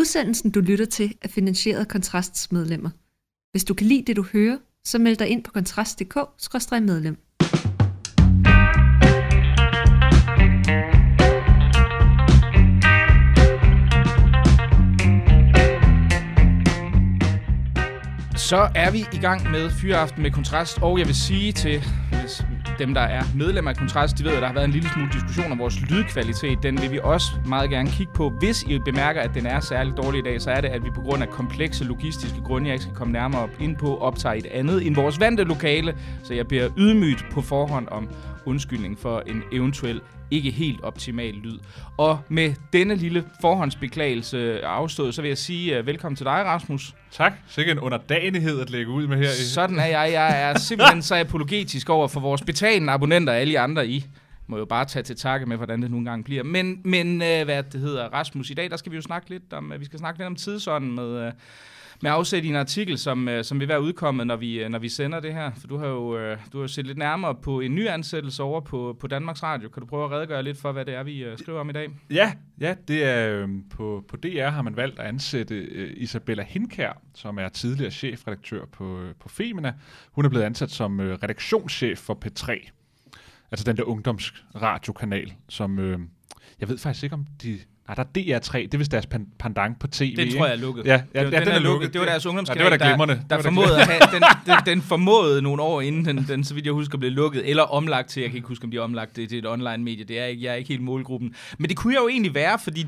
Udsendelsen, du lytter til, er finansieret af Kontrasts medlemmer. Hvis du kan lide det, du hører, så meld dig ind på kontrast.dk/medlem. Så er vi i gang med Fyraften med Kontrast, og jeg vil sige til dem, der er medlemmer af Kontrast, de ved, at der har været en lille smule diskussion om vores lydkvalitet. Den vil vi også meget gerne kigge på. Hvis I bemærker, at den er særligt dårlig i dag, så er det, at vi på grund af komplekse logistiske grunde, jeg ikke skal komme nærmere ind på, optager et andet end vores vante lokale. Så jeg bliver ydmygt på forhånd om undskyldning for en eventuel ikke helt optimal lyd. Og med denne lille forhåndsbeklagelse afstået, så vil jeg sige velkommen til dig, Rasmus. Tak. Sikke en underdagenhed at lægge ud med her. Sådan er jeg. Jeg er simpelthen så apologetisk over for vores betalende abonnenter og alle de andre. I må jo bare tage til takke med, hvordan det nogle gange bliver. Men hvad det hedder, Rasmus, i dag der skal vi jo snakke lidt om tidsånden med afsæt i en artikel, som vil være udkommet, når vi sender det her. For du har jo set lidt nærmere på en ny ansættelse over på Danmarks Radio. Kan du prøve at redegøre lidt for, hvad det er, vi skriver om i dag? Ja, det er på DR har man valgt at ansætte Isabella Hindkjær, som er tidligere chefredaktør på Femina. Hun er blevet ansat som redaktionschef for P3. Altså den der ungdomsradiokanal, som jeg ved faktisk ikke om de... Nej, der er DR3, det er vist deres pendant på tv. Det tror jeg er lukket. Ja, den er lukket. Det var deres ungdomskanal, der formåede at have, den formåede nogle år inden den, så vidt jeg husker, blev lukket, eller omlagt til, jeg kan ikke huske, om de er omlagt til et online-medie, jeg er ikke helt målgruppen. Men det kunne jeg jo egentlig være, fordi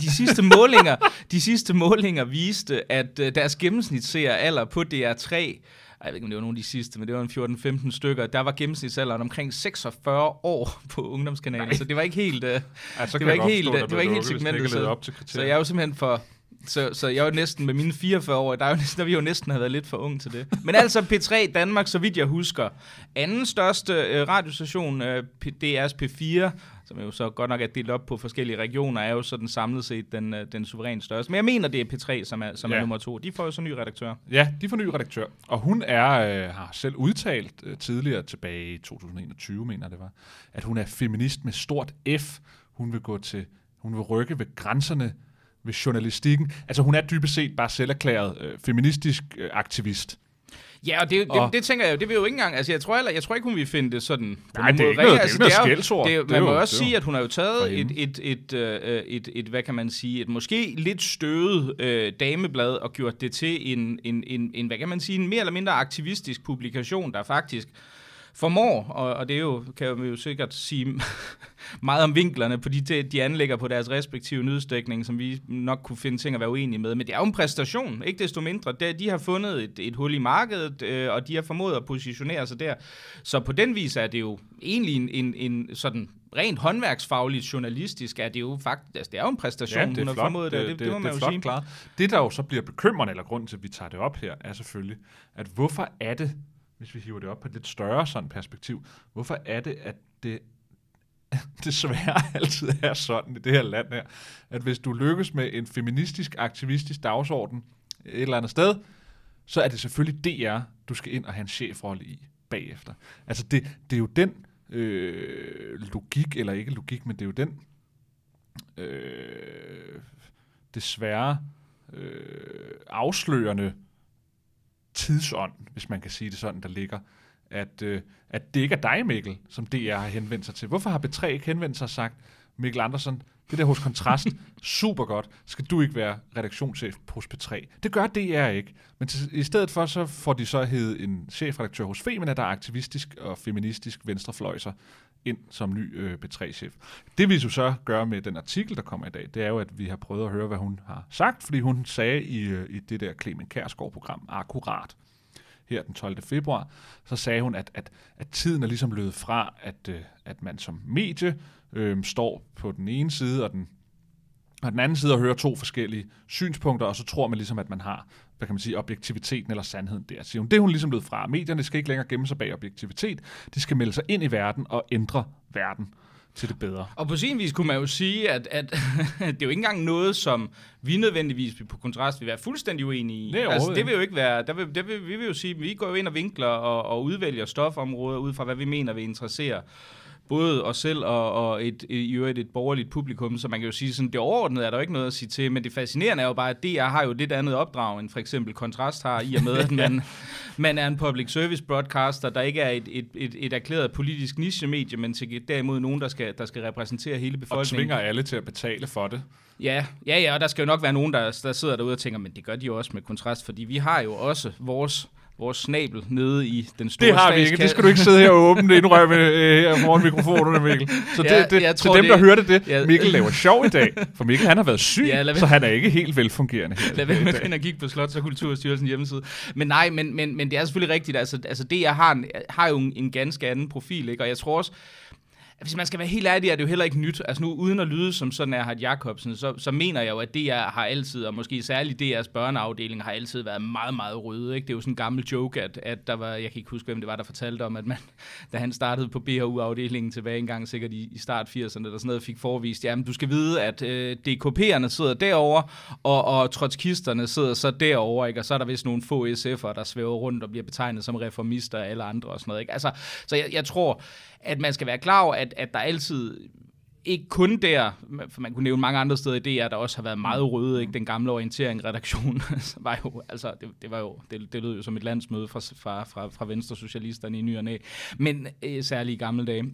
de sidste målinger viste, at deres gennemsnitseer alder på DR3, jeg ved ikke, om det var nogle af de sidste, men det var en 14-15 stykker. Der var gennemsnitsalderen omkring 46 år på ungdomskanalen, så det var ikke helt, det var ikke helt segmentet. Så jeg er jo simpelthen så jeg er jo næsten med mine 44 år, der vi jo næsten have været lidt for ung til det. Men altså P3 Danmark, så vidt jeg husker, anden største radiostation, DR's P4, som jo så godt nok er delt op på forskellige regioner, er jo sådan samlet set den suverænt største. Men jeg mener, det er P3, som er nummer 2. De får jo så ny redaktør. Ja, de får ny redaktør. Og hun har selv udtalt tidligere tilbage i 2021, mener det var, at hun er feminist med stort F. Hun vil rykke ved grænserne ved journalistikken. Altså hun er dybest set bare selverklæret feministisk aktivist. Ja, og det tænker jeg jo, det vil jo ikke engang, altså jeg tror ikke, hun vil finde det sådan. Nej, det er ikke noget skældsord. Man må jo også sige, at hun har jo taget et hvad kan man sige, et måske lidt støvet dameblad og gjort det til en hvad kan man sige, en mere eller mindre aktivistisk publikation, der faktisk formår, og det er jo, kan jeg jo sikkert sige meget om vinklerne på de anlægger på deres respektive nyhedsdækning, som vi nok kunne finde ting at være uenige med. Men det er jo en præstation, ikke desto mindre. De har fundet et hul i markedet, og de har formået at positionere sig der. Så på den vis er det jo egentlig en sådan rent håndværksfagligt journalistisk, er det jo faktisk, altså det er jo en præstation, ja, hun har formået det. Det må man jo sige. Klart. Det, der jo så bliver bekymrende, eller grunden til, at vi tager det op her, er selvfølgelig, at hvorfor er det, hvis vi hiver det op på et lidt større sådan perspektiv, hvorfor er det, at det desværre altid er sådan i det her land her, at hvis du lykkes med en feministisk, aktivistisk dagsorden et eller andet sted, så er det selvfølgelig DR, du skal ind og have en chefrolle i bagefter. Altså det er jo den logik, eller ikke logik, men det er jo den desværre afslørende tidsånd, hvis man kan sige det sådan, der ligger, at det ikke er dig, Mikkel, som DR har henvendt sig til. Hvorfor har B3 ikke henvendt sig og sagt, Mikkel Andersen, det der hos Kontrast, super godt, skal du ikke være redaktionschef hos P3? Det gør DR ikke. Men i stedet for, så får de så heddet en chefredaktør hos Femina, der er aktivistisk og feministisk venstrefløjser, ind som ny P3-chef. Det vi jo så gør med den artikel, der kommer i dag, det er jo, at vi har prøvet at høre, hvad hun har sagt, fordi hun sagde i det der Clement Kjærsgaard-program, Akkurat, her den 12. februar, så sagde hun, at tiden er ligesom løbet fra, at man som medie står på den ene side og den anden side og hører to forskellige synspunkter, og så tror man ligesom, at man har, hvad kan man sige, objektiviteten eller sandheden der. Så det er hun ligesom løbet fra. Medierne skal ikke længere gemme sig bag objektivitet. De skal melde sig ind i verden og ændre verden til det bedre. Og på sin vis kunne man jo sige, at det er jo ikke engang noget, som vi nødvendigvis på Kontrast vil være fuldstændig uenige i. Altså, det vil jo ikke være, vi vil jo sige, at vi går jo ind og vinkler og udvælger stofområder ud fra, hvad vi mener vil interessere både os selv og i øvrigt et borgerligt publikum, så man kan jo sige, sådan det overordnede er der jo ikke noget at sige til, men det fascinerende er jo bare, at DR har jo lidt andet opdrag, end for eksempel Kontrast har, i og med, at man er en public service broadcaster, der ikke er et erklæret politisk niche-medie, men til derimod nogen, der skal repræsentere hele befolkningen. Og tvinger alle til at betale for det. Ja, og der skal jo nok være nogen, der sidder derude og tænker, men det gør de jo også med Kontrast, fordi vi har jo også vores snabel nede i den store Det har vi ikke. Det skal du ikke sidde her og åbne indrømme her foran mikrofonerne, Mikkel. Så til dem, der hørte det, Mikkel laver sjov i dag, for Mikkel han har været syg, så han er ikke helt velfungerende her. Lad være med at finde og kigge på Slots- og Kulturstyrelsens hjemmeside. Men nej, men det er selvfølgelig rigtigt. Altså DR har jo en ganske anden profil, ikke? Og jeg tror også, hvis man skal være helt ærlig, er det jo heller ikke nyt. Altså nu, uden at lyde som sådan Erhard Jacobsen, så mener jeg jo, at DR har altid, og måske særligt DR's børneafdeling, har altid været meget, meget røde. Ikke? Det er jo sådan en gammel joke, at der var, jeg kan ikke huske, hvem det var, der fortalte om, at man, da han startede på BHU-afdelingen tilbage engang, sikkert i start 80'erne, eller sådan noget, fik forvist, jamen du skal vide, at DKP'erne sidder derovre, og trotskisterne sidder så derovre, ikke? Og så er der vist nogle få SF'ere, der svæver rundt og bliver betegnet som reformister og alle andre og sådan noget. Ikke? Altså, så jeg tror, at man skal være klar over, at der altid, ikke kun der, for man kunne nævne mange andre steder i DR, der også har været meget røde, ikke? Den gamle orientering-redaktion var jo, altså, det lød jo som et landsmøde fra venstresocialisterne i ny og næ, men særligt i gamle dage.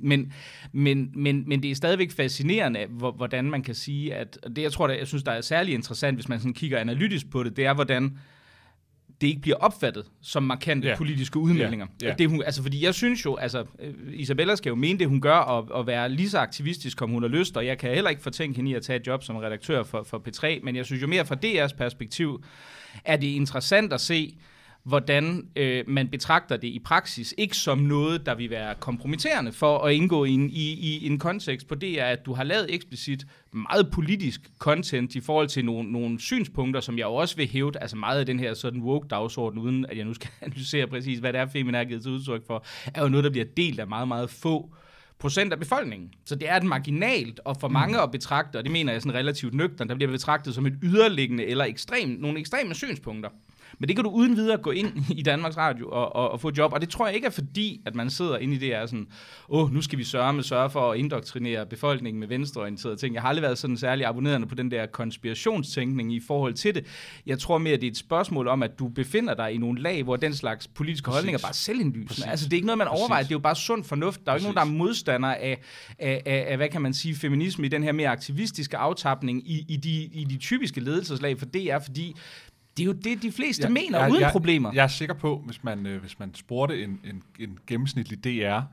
Men det er stadigvæk fascinerende, hvordan man kan sige, at det jeg synes, der er særlig interessant, hvis man sådan kigger analytisk på det, det er, hvordan det ikke bliver opfattet som markante politiske udmeldinger. Altså, fordi jeg synes jo, altså Isabella skal jo mene det, hun gør, og være lige så aktivistisk, som hun har lyst, og jeg kan heller ikke fortænke hende i at tage et job som redaktør for P3, men jeg synes jo mere fra DR's perspektiv, er det interessant at se, hvordan man betragter det i praksis, ikke som noget, der vil være kompromitterende for at indgå i en kontekst på det, at du har lavet eksplicit meget politisk content i forhold til nogle synspunkter, som jeg jo også vil hævde, altså meget af den her sådan woke-dagsorden, uden at jeg nu skal analysere præcis, hvad det er, Femina er givet til udtryk for, er jo noget, der bliver delt af meget, meget få procent af befolkningen. Så det er et marginalt, og for mange at betragte, og det mener jeg sådan relativt nøgternt, der bliver betragtet som et yderliggende eller nogle ekstreme synspunkter. Men det kan du uden videre gå ind i Danmarks Radio og få et job, og det tror jeg ikke er fordi, at man sidder inde i det her sådan, nu skal vi sørge for at indoktrinere befolkningen med venstreorienterede ting. Jeg har aldrig været sådan særlig abonnerende på den der konspirationstænkning i forhold til det. Jeg tror mere, det er et spørgsmål om, at du befinder dig i nogle lag, hvor den slags politiske holdninger bare er selvindlysende. Altså det er ikke noget, man overvejer, det er jo bare sund fornuft. Der er jo ikke nogen, der er modstander af, hvad kan man sige, feminisme i den her mere aktivistiske aftapning i de typiske ledelseslag for DR, fordi det er jo det, de fleste mener, uden problemer. Jeg er sikker på, hvis man spurgte en gennemsnitlig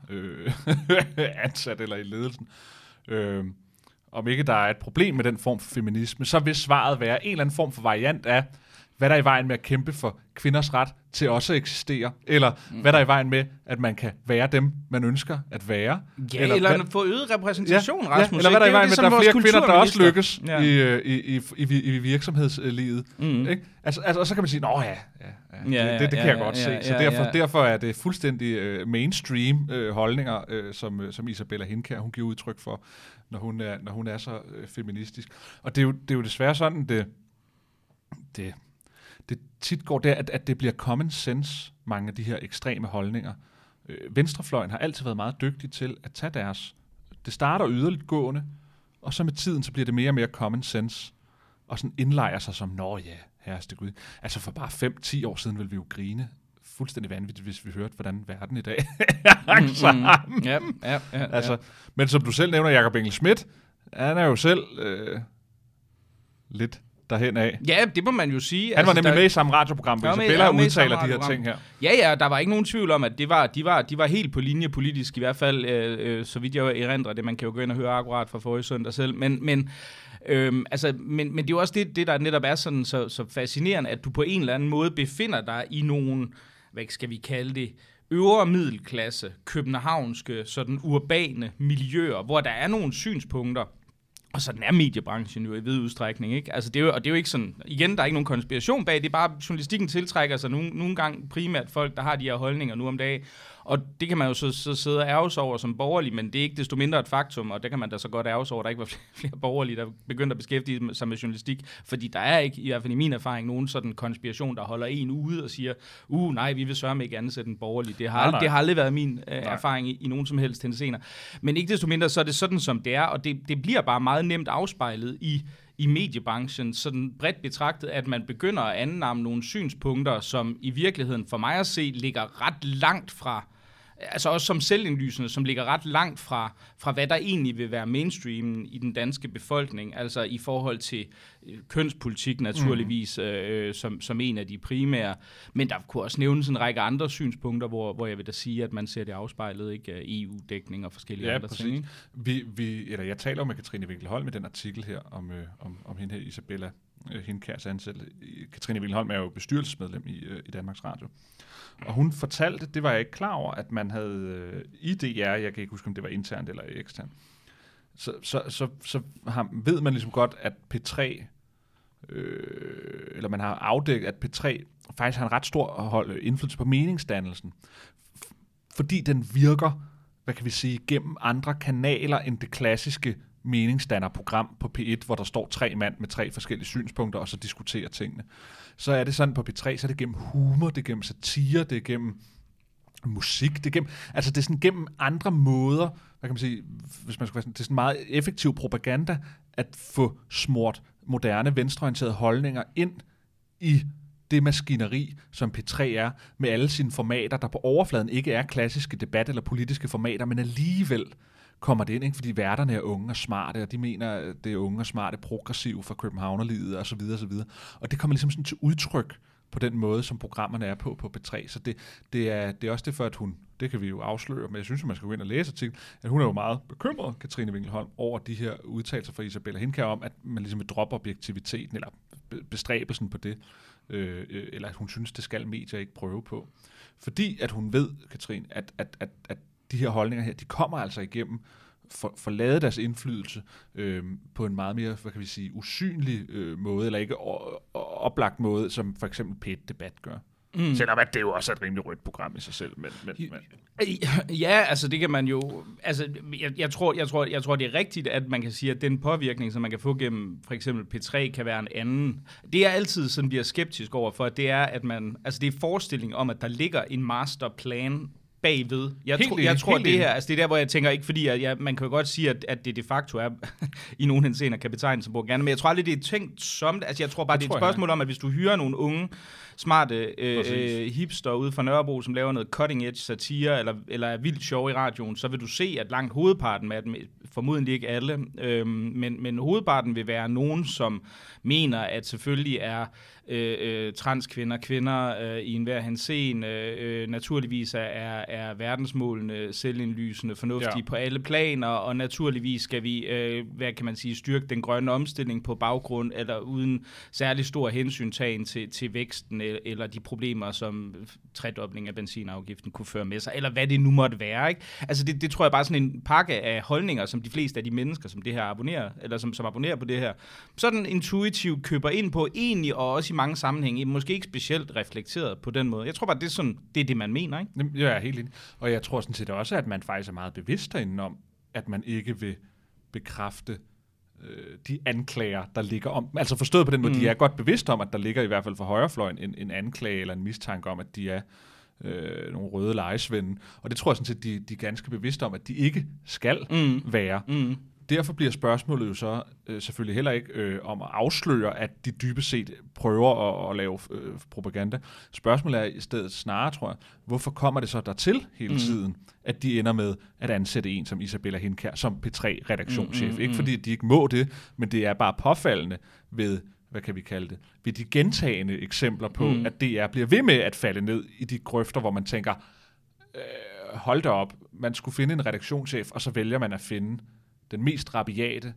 DR-ansat eller i ledelsen, om ikke der er et problem med den form for feminisme, så vil svaret være en eller anden form for variant af, hvad der er i vejen med at kæmpe for kvinders ret til også at eksistere, eller hvad der er i vejen med, at man kan være dem, man ønsker at være. Ja, eller få øget repræsentation, Rasmus. Eller hvad der er i vejen med, at der er flere kvinder, der også lykkes i virksomhedslivet. Ikke? Altså, og så kan man sige, det kan jeg godt se. Så derfor er det fuldstændig mainstream holdninger, som Isabella Hindkjær, hun giver udtryk for, når hun er så feministisk. Og det er jo desværre sådan, det tit går der, at det bliver common sense, mange af de her ekstreme holdninger. Venstrefløjen har altid været meget dygtig til at tage deres. Det starter yderligt gående, og så med tiden, så bliver det mere og mere common sense, og sådan indlejer sig som, herreste Gud. Altså for bare 5-10 år siden ville vi jo grine fuldstændig vanvittigt, hvis vi hørte, hvordan verden i dag hang sammen. Altså, men som du selv nævner, Jakob Engel-Schmidt, han er jo selv lidt derhen af. Ja, det må man jo sige. Han var nemlig med i samme radioprogram, hvor Isabella udtaler de her ting her. Ja, der var ikke nogen tvivl om, at de var helt på linje politisk, i hvert fald, så vidt jeg erindrer det. Man kan jo gå ind og høre akkurat fra forrige søndag selv. Men det er jo også det, der netop er sådan så fascinerende, at du på en eller anden måde befinder dig i nogle, hvad skal vi kalde det, øvre middelklasse, københavnske, sådan urbane miljøer, hvor der er nogle synspunkter. Og sådan er mediebranchen jo i vid udstrækning, ikke? Altså det er jo ikke sådan, igen, der er ikke nogen konspiration bag, det er bare, journalistikken tiltrækker sig nogle gange primært folk, der har de her holdninger nu om dagen. Og det kan man jo så sidde og ærge sig over som borgerlig, men det er ikke desto mindre et faktum, og der kan man da så godt ærge sig over, at der ikke var flere borgerlige, der begyndte at beskæftige sig med journalistik, fordi der er ikke, i hvert fald i min erfaring, nogen sådan konspiration, der holder en ude og siger, nej, vi vil sørge ikke ansætte en borgerlig. Det har aldrig været min erfaring i nogen som helst henseender. Men ikke desto mindre, så er det sådan, som det er, og det bliver bare meget nemt afspejlet i mediebranchen, sådan bredt betragtet, at man begynder at annamme nogle synspunkter, som i virkeligheden for mig at se ligger ret langt fra, altså også som selvindlysende, som ligger ret langt fra hvad der egentlig vil være mainstreamen i den danske befolkning, altså i forhold til kønspolitik naturligvis, som en af de primære. Men der kunne også nævnes en række andre synspunkter, hvor jeg vil da sige, at man ser det afspejlet, ikke, af EU-dækning og forskellige andre ting. Jeg taler jo med Katrine Winkel-Holm med den artikel her om hende her, Isabella Hindkjærs ansættelse. Katrine Winkel-Holm er jo bestyrelsesmedlem i Danmarks Radio. Og hun fortalte, det var jeg ikke klar over, at man havde i DR, jeg kan ikke huske, om det var internt eller eksternt, så ved man ligesom godt, at P3, eller man har afdækket, at P3 faktisk har en ret stor indflydelse på meningsdannelsen, fordi den virker, hvad kan vi sige, gennem andre kanaler end det klassiske meningsdannerprogram på P1, hvor der står 3 mand med 3 forskellige synspunkter, og så diskuterer tingene. Så er det sådan på P3, så er det gennem humor, det er gennem satire, det er gennem musik, det er gennem, altså det er sådan gennem andre måder, hvad kan man sige, hvis man skulle være sådan, det er sådan meget effektiv propaganda, at få smurt moderne, venstreorienterede holdninger ind i det maskineri, som P3 er, med alle sine formater, der på overfladen ikke er klassiske debat- eller politiske formater, men alligevel kommer det ind, ikke? Fordi værterne er unge og smarte, og de mener, det er unge og smarte, progressive fra københavnerlivet og så videre, og så videre. Og det kommer ligesom sådan til udtryk på den måde, som programmerne er på P3. Så det er også det for, at hun, det kan vi jo afsløre, men jeg synes, at man skal gå ind og læse artiklen, at hun er jo meget bekymret, Katrine Winkel-Holm, over de her udtalelser fra Isabella Hindkjær om, at man ligesom vil droppe objektiviteten, eller bestræbelsen på det, eller at hun synes, det skal medier ikke prøve på. Fordi at hun ved, Katrine, at de her holdninger her, de kommer altså igennem for lavet deres indflydelse på en meget mere, hvad kan vi sige, usynlig måde, eller ikke oplagt måde, som for eksempel P1-debat gør. Selvom at det jo også er et rimelig rødt program i sig selv. Men. Ja, altså det kan man jo. Altså, jeg tror, det er rigtigt, at man kan sige, at den påvirkning, som man kan få gennem for eksempel P3, kan være en anden. Det er altid sådan, bliver skeptisk over for, det er, at man, altså det er forestillingen om, at der ligger en masterplan bagved. Jeg tror det her, altså det er der, hvor jeg tænker, ikke fordi, at man kan jo godt sige, at det de facto er i nogen henseender kan betegnes som propaganda, men jeg tror aldrig, det er tænkt som det. Altså jeg tror bare, det er et spørgsmål om, at hvis du hyrer nogle unge, smarte hipster ude fra Nørrebro, som laver noget cutting edge satire, eller er vildt sjov i radioen, så vil du se, at langt hovedparten af dem, formodentlig ikke alle, men hovedparten vil være nogen, som mener, at selvfølgelig er transkvinder, kvinder i enhver henseende, naturligvis er verdensmålene selvindlysende, fornuftige på alle planer, og naturligvis skal vi, hvad kan man sige, styrke den grønne omstilling på baggrund, eller uden særlig stor hensyntagen til væksten, eller de problemer, som tredobling af benzinafgiften kunne føre med sig, eller hvad det nu måtte være, ikke? Altså det tror jeg bare er sådan en pakke af holdninger, som de fleste af de mennesker, som det her abonnerer, eller som abonnerer på det her, sådan intuitivt køber ind på, egentlig, og også i mange sammenhænge, måske ikke specielt reflekteret på den måde. Jeg tror bare, det er det, man mener, ikke? Jeg er helt enig. Og jeg tror sådan set også, at man faktisk er meget bevidst derinde om, at man ikke vil bekræfte de anklager, der ligger om. Altså forstået på den måde, de er godt bevidst om, at der ligger i hvert fald for højrefløjen en anklage eller en mistanke om, at de er nogle røde lejesvende. Og det tror jeg sådan set, de er ganske bevidste om, at de ikke skal være. Derfor bliver spørgsmålet jo så selvfølgelig heller ikke om at afsløre, at de dybest set prøver at lave propaganda. Spørgsmålet er i stedet snarere, tror jeg, hvorfor kommer det så dertil hele tiden, at de ender med at ansætte en som Isabella Hindkjær som P3-redaktionschef. Ikke fordi de ikke må det, men det er bare påfaldende ved, hvad kan vi kalde det, ved de gentagende eksempler på, at DR bliver ved med at falde ned i de grøfter, hvor man tænker, hold da op, man skulle finde en redaktionschef, og så vælger man at finde den mest rabiate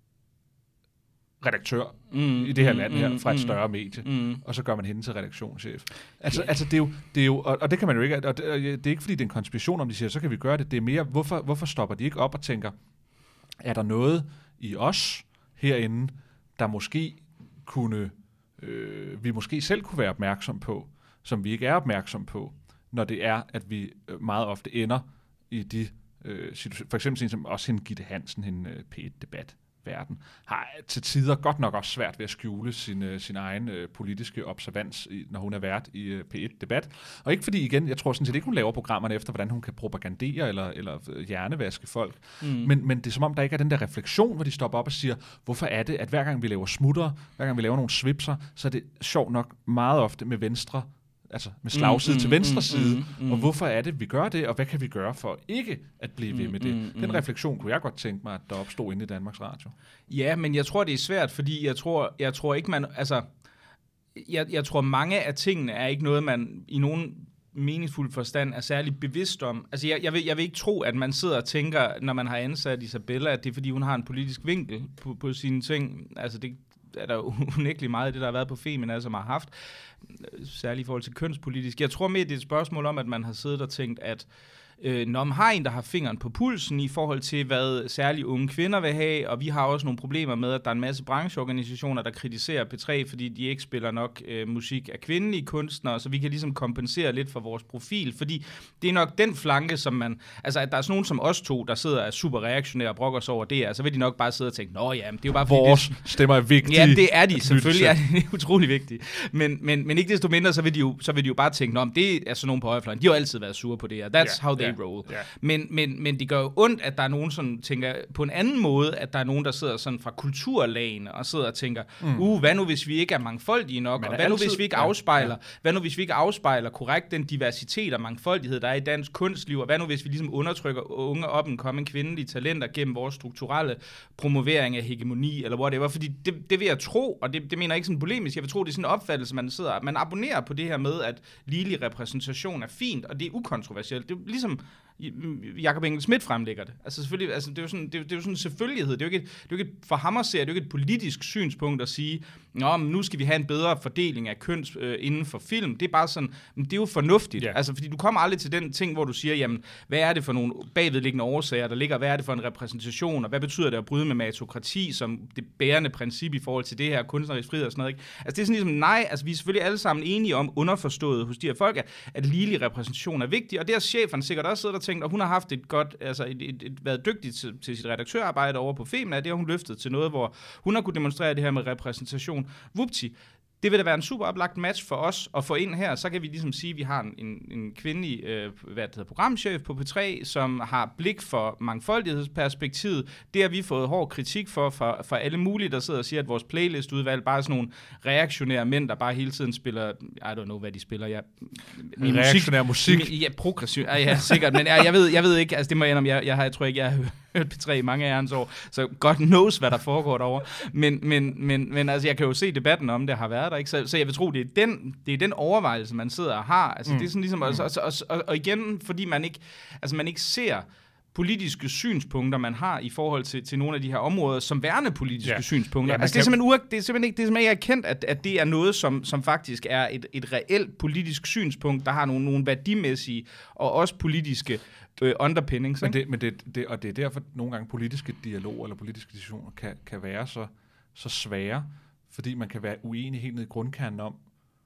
redaktør i det her land her, fra et større medie, og så gør man hende til redaktionschef. Altså det er jo, og det kan man jo ikke, og det er ikke fordi det er en konspiration, om de siger, så kan vi gøre det. Det er mere, hvorfor stopper de ikke op og tænker, er der noget i os herinde, der måske kunne, vi måske selv kunne være opmærksom på, som vi ikke er opmærksom på, når det er, at vi meget ofte ender i de for eksempel sådan som også hende Gitte Hansen, hende P1-debat. Verden, har til tider godt nok også svært ved at skjule sin egen politiske observans, når hun er vært i P1-debat. Og ikke fordi, igen, jeg tror sådan set ikke, hun laver programmerne efter, hvordan hun kan propagandere eller hjernevaske folk. Men det er som om, der ikke er den der refleksion, hvor de stopper op og siger, hvorfor er det, at hver gang vi laver smutter, hver gang vi laver nogle svipser, så er det sjovt nok meget ofte med venstre, altså med slagside til venstre side, og hvorfor er det, vi gør det, og hvad kan vi gøre for ikke at blive ved med det? Den refleksion kunne jeg godt tænke mig, at der opstod inde i Danmarks Radio. Ja, men jeg tror, det er svært, fordi jeg tror ikke, man, altså, jeg tror, mange af tingene er ikke noget, man i nogen meningsfuld forstand er særlig bevidst om. Altså, jeg vil ikke tro, at man sidder og tænker, når man har ansat Isabella, at det er, fordi hun har en politisk vinkel på sine ting. Altså, det er der jo unægteligt meget af det, der har været på Femina, som har haft, særligt i forhold til kønspolitisk. Jeg tror mere, det er et spørgsmål om, at man har siddet og tænkt, at når man har en, der har fingeren på pulsen i forhold til, hvad særligt unge kvinder vil have, og vi har også nogle problemer med, at der er en masse brancheorganisationer, der kritiserer P3, fordi de ikke spiller nok musik af kvindelige kunstnere, så vi kan ligesom kompensere lidt for vores profil, fordi det er nok den flanke, som man, altså at der er sådan nogen som os to, der sidder og er super reaktionære og brokker sig over det, så vil de nok bare sidde og tænke, nå ja, det er jo bare fordi vores stemmer er vigtige. Ja, det er de, selvfølgelig er det utrolig vigtigt. Men ikke desto mindre, så vil de jo bare tænke, nå, det er sådan nogen på højrefløjen, de har jo altid været sure på det her, that's how they roll. Yeah. Men det gør jo ondt, at der er nogen, som tænker på en anden måde, at der er nogen, der sidder sådan fra kulturlagene og sidder og tænker, hvad nu hvis vi ikke er mangfoldige nok, og hvad nu hvis vi ikke afspejler, hvad nu hvis vi ikke afspejler korrekt den diversitet og mangfoldighed, der er i dansk kunstliv, og hvad nu hvis vi ligesom undertrykker unge up-and-coming kvindelige talenter gennem vores strukturelle promovering af hegemoni, eller whatever, fordi det vil jeg tro, og det mener jeg ikke sådan polemisk, jeg vil tro, det er sådan en opfattelse, man abonnerer på det her med, at ligelig repræsentation er fint, og det er ukontroversielt. Det er ligesom Jakob Engel-Schmidt fremlægger det. Altså selvfølgelig, altså det er jo sådan en selvfølgelighed. Det er jo ikke for ham at se, det er jo ikke et politisk synspunkt at sige, nå, men nu skal vi have en bedre fordeling af køns inden for film. Det er bare sådan, men det er jo fornuftigt. Yeah. Altså fordi du kommer aldrig til den ting, hvor du siger, jamen, hvad er det for nogle bagvedliggende årsager, der ligger, hvad er det for en repræsentation, og hvad betyder det at bryde med meritokrati som det bærende princip i forhold til det her kunstnerisk frihed og sådan noget, ikke? Altså det er sådan ligesom, nej, altså vi er selvfølgelig alle sammen enige om, underforstået hos de her folk, at ligelig repræsentation er vigtig, og det har cheferne sikkert også siddet og tænkt, og hun har haft et godt, altså været dygtig til sit redaktørarbejde over på Femina, det har hun løftet til noget, hvor hun har kunnet demonstrere det her med repræsentation. Vupti. Det vil da være en super oplagt match for os at få ind her. Så kan vi ligesom sige, at vi har en kvindelig programchef på P3, som har blik for mangfoldighedsperspektivet. Det har vi fået hård kritik for alle mulige, der sidder og siger, at vores playlistudvalg bare er sådan nogle reaktionære mænd, der bare hele tiden spiller, I don't know, hvad de spiller. Reaktionær musik? Ja, progressiv. Ja, sikkert. Men jeg ved ikke, altså det må jeg indrømme, jeg tror ikke, jeg har hørt P3 i mange af herrens år, så God knows, hvad der foregår derovre. Men altså, jeg kan jo se debatten om det har været der, ikke? Så jeg vil tro, det er den overvejelse, man sidder og har. Altså, det er sådan ligesom, og igen, fordi man ikke ser politiske synspunkter, man har i forhold til nogle af de her områder, som værende politiske synspunkter. Altså, det er simpelthen ikke erkendt, at det er noget, som faktisk er et reelt politisk synspunkt, der har nogle værdimæssige og også politiske underpinnings. Og det er derfor, nogle gange politiske dialoger eller politiske diskussioner kan være så svære, fordi man kan være uenig helt ned i grundkernen om,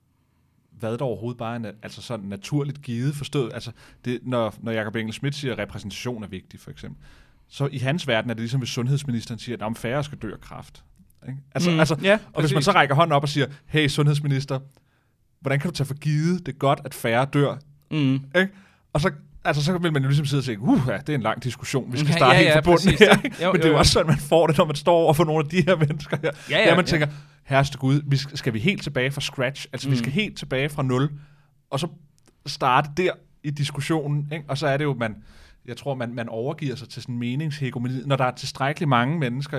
hvad der overhovedet bare er altså sådan naturligt givet forstået. Altså det, når Jakob Engel-Schmidt siger, at repræsentation er vigtig, for eksempel, så i hans verden er det ligesom, hvis sundhedsministeren siger, at om færre skal dø af kræft. Ikke? Og hvis man så rækker hånden op og siger, hey sundhedsminister, hvordan kan du tage for givet, det er godt, at færre dør? Ikke? Og så vil man jo ligesom sidde og tænke, det er en lang diskussion, vi skal starte helt fra bunden her. Men det er jo også sådan, man får det, når man står over for nogle af de her mennesker her. Man tænker, herreste Gud, skal vi helt tilbage fra scratch? Altså vi skal helt tilbage fra 0, og så starte der i diskussionen. Ikke? Og så er det jo, jeg tror, man overgiver sig til sådan en meningshegemoni, når der er tilstrækkeligt mange mennesker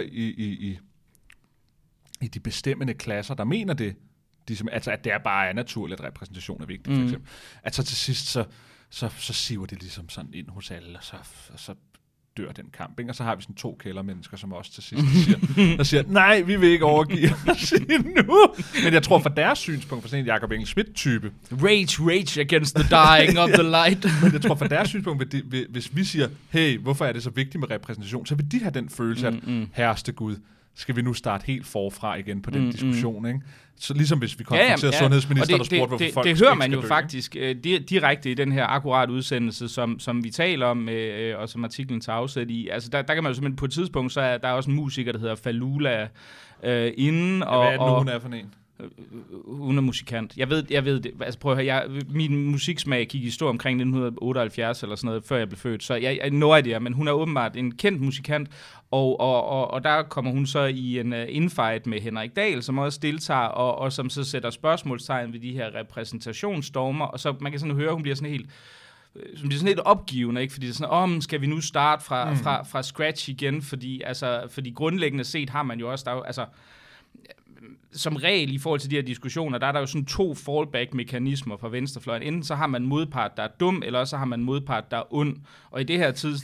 i de bestemmende klasser, der mener det, altså at det er bare naturligt, at repræsentation er vigtigt, for eksempel. At så til sidst, så siver det ligesom sådan ind hos alle, og så dør den kamp. Ikke? Og så har vi sådan 2 kældermennesker, som også til sidst der siger, nej, vi vil ikke overgive os nu. Men jeg tror, fra deres synspunkt, for sådan en Jakob Engel-Schmidt-type, Rage against the dying of the light. Men jeg tror, fra deres synspunkt, hvis vi siger, hey, hvorfor er det så vigtigt med repræsentation, så vil de have den følelse, at herreste Gud, skal vi nu starte helt forfra igen på den diskussion, ikke? Så ligesom hvis vi konfronterede sundhedsministeren og spurgte, hvorfor folk det hører man jo faktisk direkte i den her akkurat udsendelse, som vi taler om, og som artiklen tager afsæt i. Altså, der kan man jo simpelthen på et tidspunkt, så er der også en musiker, der hedder Falula inden. Ja, hvad er det nu, hun er for en? Hun er musikant. Jeg ved det. Altså prøv at høre, min musiksmag gik i stå omkring 1978 eller sådan noget, før jeg blev født. Så jeg når det, men hun er åbenbart en kendt musikant, og der kommer hun så i en infight med Henrik Dahl, som også deltager, og som så sætter spørgsmålstegn ved de her repræsentationsdogmer, og så man kan sådan høre, hun bliver sådan helt opgivende, ikke? Fordi det er sådan, skal vi nu starte fra scratch igen, fordi grundlæggende set har man jo også, som regel i forhold til de her diskussioner, der er der jo sådan 2 fallback-mekanismer fra venstrefløjen. Enten så har man en modpart, der er dum, eller også så har man en modpart, der er ond. Og i det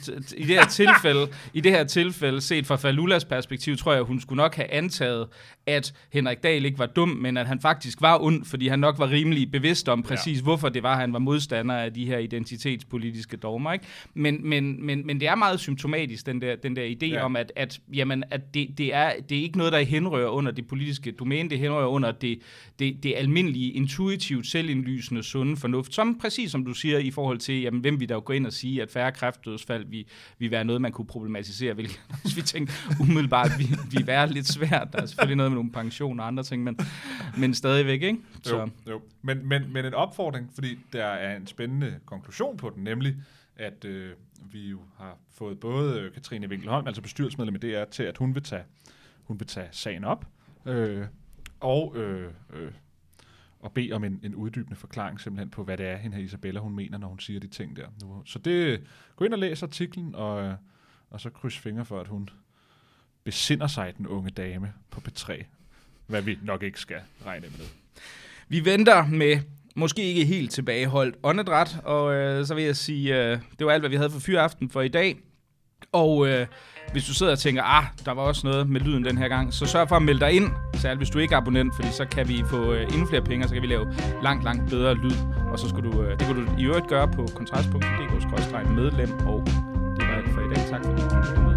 her tilfælde, set fra Falulas perspektiv, tror jeg, hun skulle nok have antaget, at Henrik Dahl ikke var dum, men at han faktisk var ond, fordi han nok var rimelig bevidst om præcis, hvorfor det var, han var modstander af de her identitetspolitiske dogmer, ikke? Men det er meget symptomatisk, den der idé om, at det er ikke noget, der henrører under det politiske domæne, det henrører under det almindelige, intuitivt, selvindlysende, sunde fornuft, som præcis som du siger, i forhold til, jamen, hvem vi der gå ind og sige, at færre kræftdødsfald vil være noget, man kunne problematisere, hvilket vi tænkte umiddelbart, vi være lidt svært. Der er selvfølgelig noget med nogle pensioner og andre ting, men stadigvæk, ikke? Så. Jo. Men en opfordring, fordi der er en spændende konklusion på den, nemlig, at vi jo har fået både Katrine Winkelholm, altså bestyrelsesmedlem i DR, til at hun vil tage sagen op, og bede om en uddybende forklaring simpelthen på, hvad det er, hende her Isabella, hun mener, når hun siger de ting der. Så det, gå ind og læs artiklen, og så kryds fingre for, at hun besinder sig, den unge dame på P3, hvad vi nok ikke skal regne med. Vi venter med måske ikke helt tilbageholdt åndedræt, og så vil jeg sige, det var alt, hvad vi havde for Fyraften for i dag. Og hvis du sidder og tænker, der var også noget med lyden den her gang, så sørg for at melde dig ind, særligt hvis du ikke er abonnent, fordi så kan vi få endnu flere penge, og så kan vi lave langt bedre lyd. Og så skal det kan du i øvrigt gøre på kontrast.dk/medlem, og det var alt for i dag. Tak fordi du